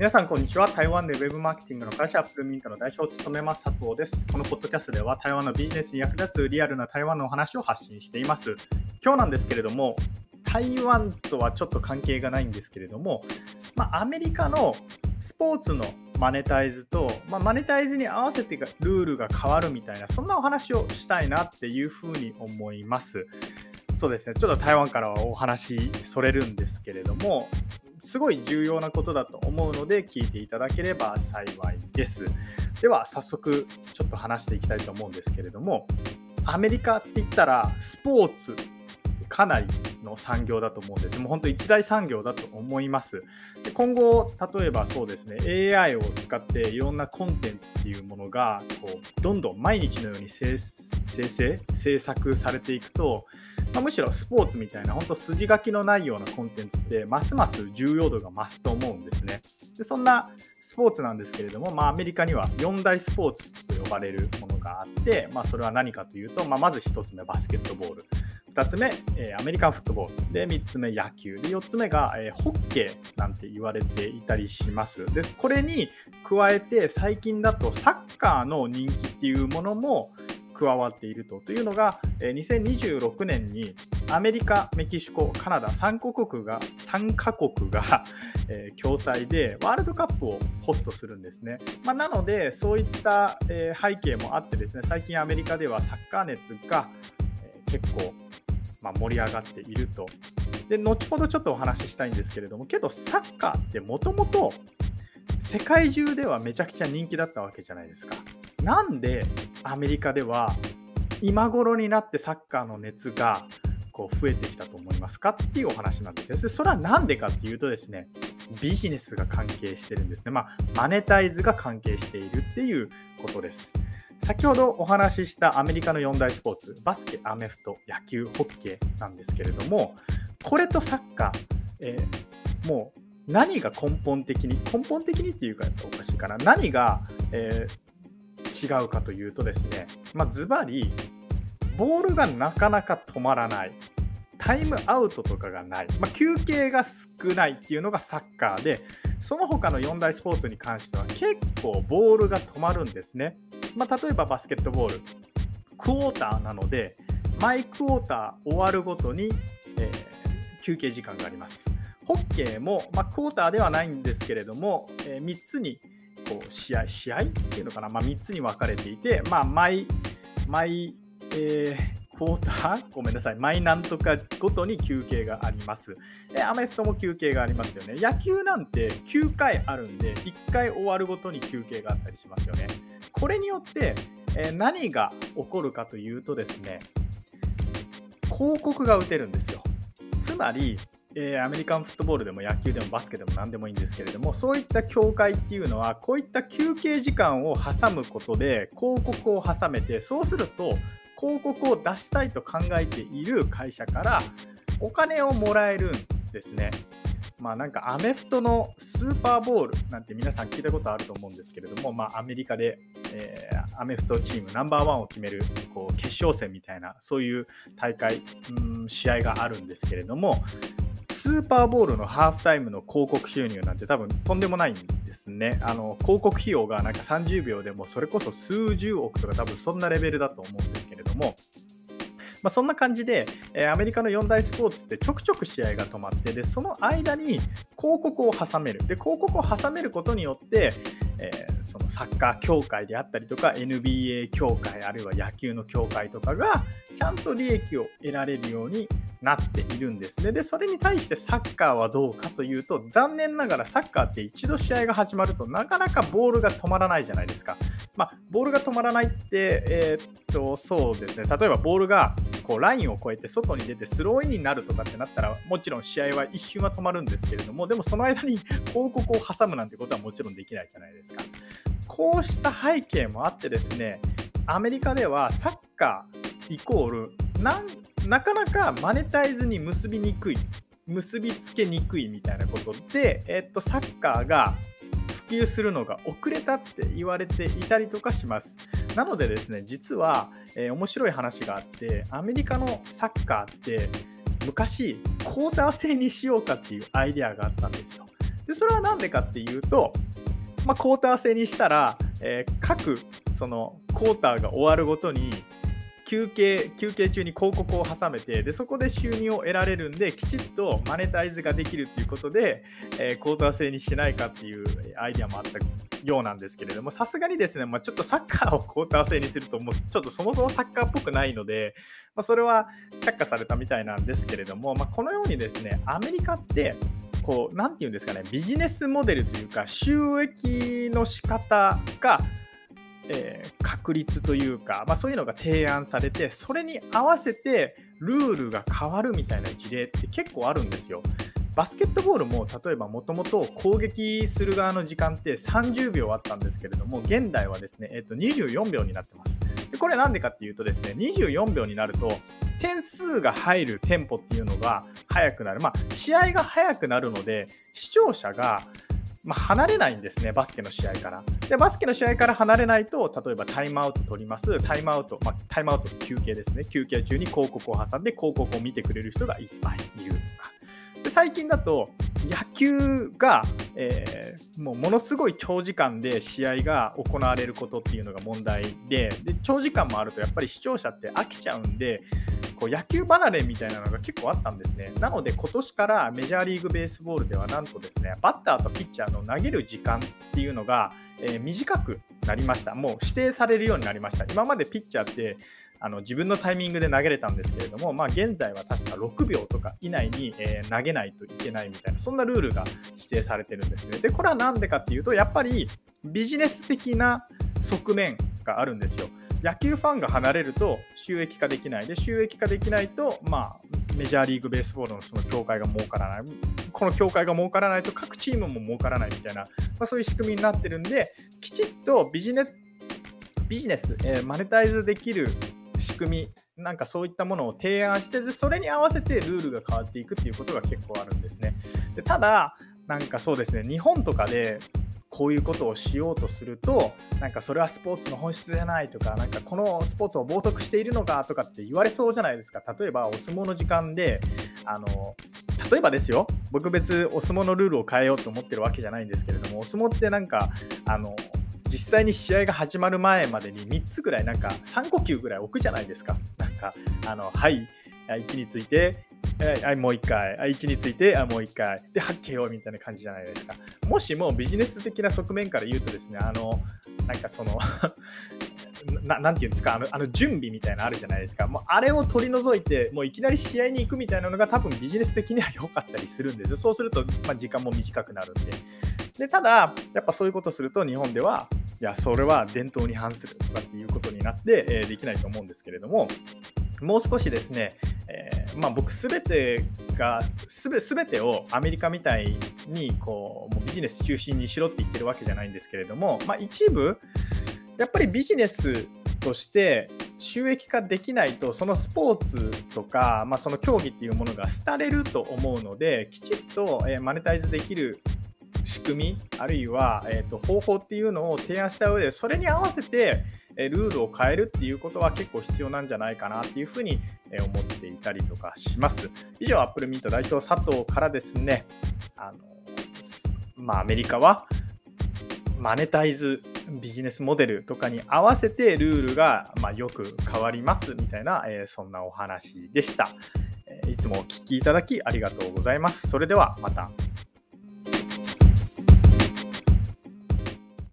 皆さん、こんにちは。台湾でウェブマーケティングの会社アップルミントの代表を務めます、佐藤です。このポッドキャストでは台湾のビジネスに役立つリアルな台湾のお話を発信しています。今日なんですけれども、台湾とはちょっと関係がないんですけれども、アメリカのスポーツのマネタイズと、マネタイズに合わせてルールが変わるみたいな、そんなお話をしたいなっていうふうに思います。そうですね、ちょっと台湾からはお話それるんですけれども、すごい重要なことだと思うので聞いていただければ幸いです。では早速ちょっと話していきたいと思うんですけれども、アメリカって言ったらスポーツかなりの産業だと思うんです。もう本当一大産業だと思います。で今後例えばそうですね AI を使っていろんなコンテンツっていうものがどんどん毎日のように制作されていくと、むしろスポーツみたいな本当筋書きのないようなコンテンツってますます重要度が増すと思うんですね。でそんなスポーツなんですけれども、アメリカには4大スポーツと呼ばれるものがあって、それは何かというと、まず1つ目バスケットボール、2つ目アメリカンフットボールで、3つ目野球で、4つ目がホッケーなんて言われていたりします。でこれに加えて最近だとサッカーの人気っていうものも加わっているというのが、2026年にアメリカ、メキシコ、カナダ3カ国が共催でワールドカップをホストするんですね。なのでそういった背景もあってですね、最近アメリカではサッカー熱が結構盛り上がっていると。で後ほどちょっとお話ししたいんですけれども、けどサッカーってもともと世界中ではめちゃくちゃ人気だったわけじゃないですか。なんでアメリカでは今頃になってサッカーの熱が増えてきたと思いますかっていうお話なんですね。それはなんでかっていうとですね、ビジネスが関係してるんですね。マネタイズが関係しているっていうことです。先ほどお話ししたアメリカの4大スポーツ、バスケ、アメフト、野球、ホッケーなんですけれども、これとサッカー、もう何が根本的にっていうかおかしいかな、何が、違うかというとですね、ズバリボールがなかなか止まらない、タイムアウトとかがない、休憩が少ないっていうのがサッカーで、その他の4大スポーツに関しては結構ボールが止まるんですね。例えばバスケットボール、クォーターなので毎クォーター終わるごとに、休憩時間があります。ホッケーも、クォーターではないんですけれども、3つに試合っていうのかな、3つに分かれていて、毎クォーターごめんなさい、毎なんとかごとに休憩があります。アメフトも休憩がありますよね。野球なんて9回あるんで1回終わるごとに休憩があったりしますよね。これによって何が起こるかというとですね、広告が打てるんですよ。つまりアメリカンフットボールでも野球でもバスケでも何でもいいんですけれども、そういった協会っていうのはこういった休憩時間を挟むことで広告を挟めて、そうすると広告を出したいと考えている会社からお金をもらえるんですね。なんかアメフトのスーパーボールなんて皆さん聞いたことあると思うんですけれども、アメリカで、アメフトチームナンバーワンを決める決勝戦みたいな、そういう大会、試合があるんですけれども、スーパーボールのハーフタイムの広告収入なんて多分とんでもないんですね。広告費用がなんか30秒でもそれこそ数十億とか多分そんなレベルだと思うんですけれども、そんな感じで、アメリカの4大スポーツってちょくちょく試合が止まって、でその間に広告を挟める。で広告を挟めることによって、そのサッカー協会であったりとか NBA 協会、あるいは野球の協会とかがちゃんと利益を得られるようになっているんですね。でそれに対してサッカーはどうかというと、残念ながらサッカーって一度試合が始まるとなかなかボールが止まらないじゃないですか。ボールが止まらないって、そうですね、例えばボールがラインを越えて外に出てスローインになるとかってなったら、もちろん試合は一瞬は止まるんですけれども、でもその間に広告を挟むなんてことはもちろんできないじゃないですか。こうした背景もあってですね、アメリカではサッカーイコールなかなかマネタイズに結びつけにくいみたいなことで、サッカーが普及するのが遅れたって言われていたりとかします。なのでですね、実は、面白い話があって、アメリカのサッカーって昔クォーター制にしようかっていうアイデアがあったんですよ。 でそれは何でかっていうと、クォーター制にしたら、各そのクォーターが終わるごとに休憩中に広告を挟めて、でそこで収入を得られるんで、きちっとマネタイズができるっていうことで、クォーター制にしないかっていうアイデアもあったようなんですけれども、さすがにですね、ちょっとサッカーをクォーター制にすると、もうちょっとそもそもサッカーっぽくないので、それは却下されたみたいなんですけれども、このようにですね、アメリカってなんていうんですかね、ビジネスモデルというか収益の仕方が確立というか、そういうのが提案されて、それに合わせてルールが変わるみたいな事例って結構あるんですよ。バスケットボールも例えばもともと攻撃する側の時間って30秒あったんですけれども、現代はですね、24秒になってます。でこれなんでかっていうとですね、24秒になると点数が入るテンポっていうのが速くなる。試合が速くなるので、視聴者が離れないんですね、バスケの試合から。で、バスケの試合から離れないと、例えばタイムアウト取ります。タイムアウトの休憩ですね。休憩中に広告を挟んで、広告を見てくれる人がいっぱいいるとか。で、最近だと、野球が、ものすごい長時間で試合が行われることっていうのが問題で、長時間もあるとやっぱり視聴者って飽きちゃうんで、野球離れみたいなのが結構あったんですね。なので今年からメジャーリーグベースボールではなんとですね、バッターとピッチャーの投げる時間っていうのが、短くなりました。もう指定されるようになりました。今までピッチャーって自分のタイミングで投げれたんですけれども、現在は確か6秒とか以内に、投げないといけないみたいな、そんなルールが指定されてるんですね。でこれは何でかっていうと、やっぱりビジネス的な側面があるんですよ。野球ファンが離れると収益化できない。で、収益化できないと、メジャーリーグベースボールのその協会が儲からない。この協会が儲からないと各チームも儲からないみたいな、そういう仕組みになってるんで、きちっとビジネス、マネタイズできる仕組み、なんかそういったものを提案して、それに合わせてルールが変わっていくっていうことが結構あるんですね。でただ、なんかそうですね、日本とかでこういうことをしようとすると、なんかそれはスポーツの本質じゃないとか、なんかこのスポーツを冒涜しているのかとかって言われそうじゃないですか。例えばお相撲の時間で、例えばですよ、僕別お相撲のルールを変えようと思ってるわけじゃないんですけれども、お相撲ってなんか実際に試合が始まる前までに3つぐらい、なんか3呼吸ぐらい置くじゃないですか。なんかはい、位置について、もう一回、位置について、もう一回で、はっけよみたいな感じじゃないですか。もしもビジネス的な側面から言うとですね、なんかそのなんていうんですか、準備みたいなのあるじゃないですか。もうあれを取り除いて、もういきなり試合に行くみたいなのが多分ビジネス的には良かったりするんですよ。そうすると、時間も短くなるんで。でただ、やっぱそういうことすると日本では、いや、それは伝統に反するとかっていうことになって、できないと思うんですけれども、もう少しですね、僕すべてをアメリカみたいにもうビジネス中心にしろって言ってるわけじゃないんですけれども、一部やっぱりビジネスとして収益化できないと、そのスポーツとか、その競技っていうものが廃れると思うので、きちっとマネタイズできる仕組み、あるいは方法っていうのを提案した上で、それに合わせてルールを変えるっていうことは結構必要なんじゃないかなっていうふうに思っていたりとかします。以上、アップルミート代表佐藤からですね、アメリカはマネタイズビジネスモデルとかに合わせてルールがよく変わりますみたいな、そんなお話でした。いつもお聞きいただきありがとうございます。それではまた。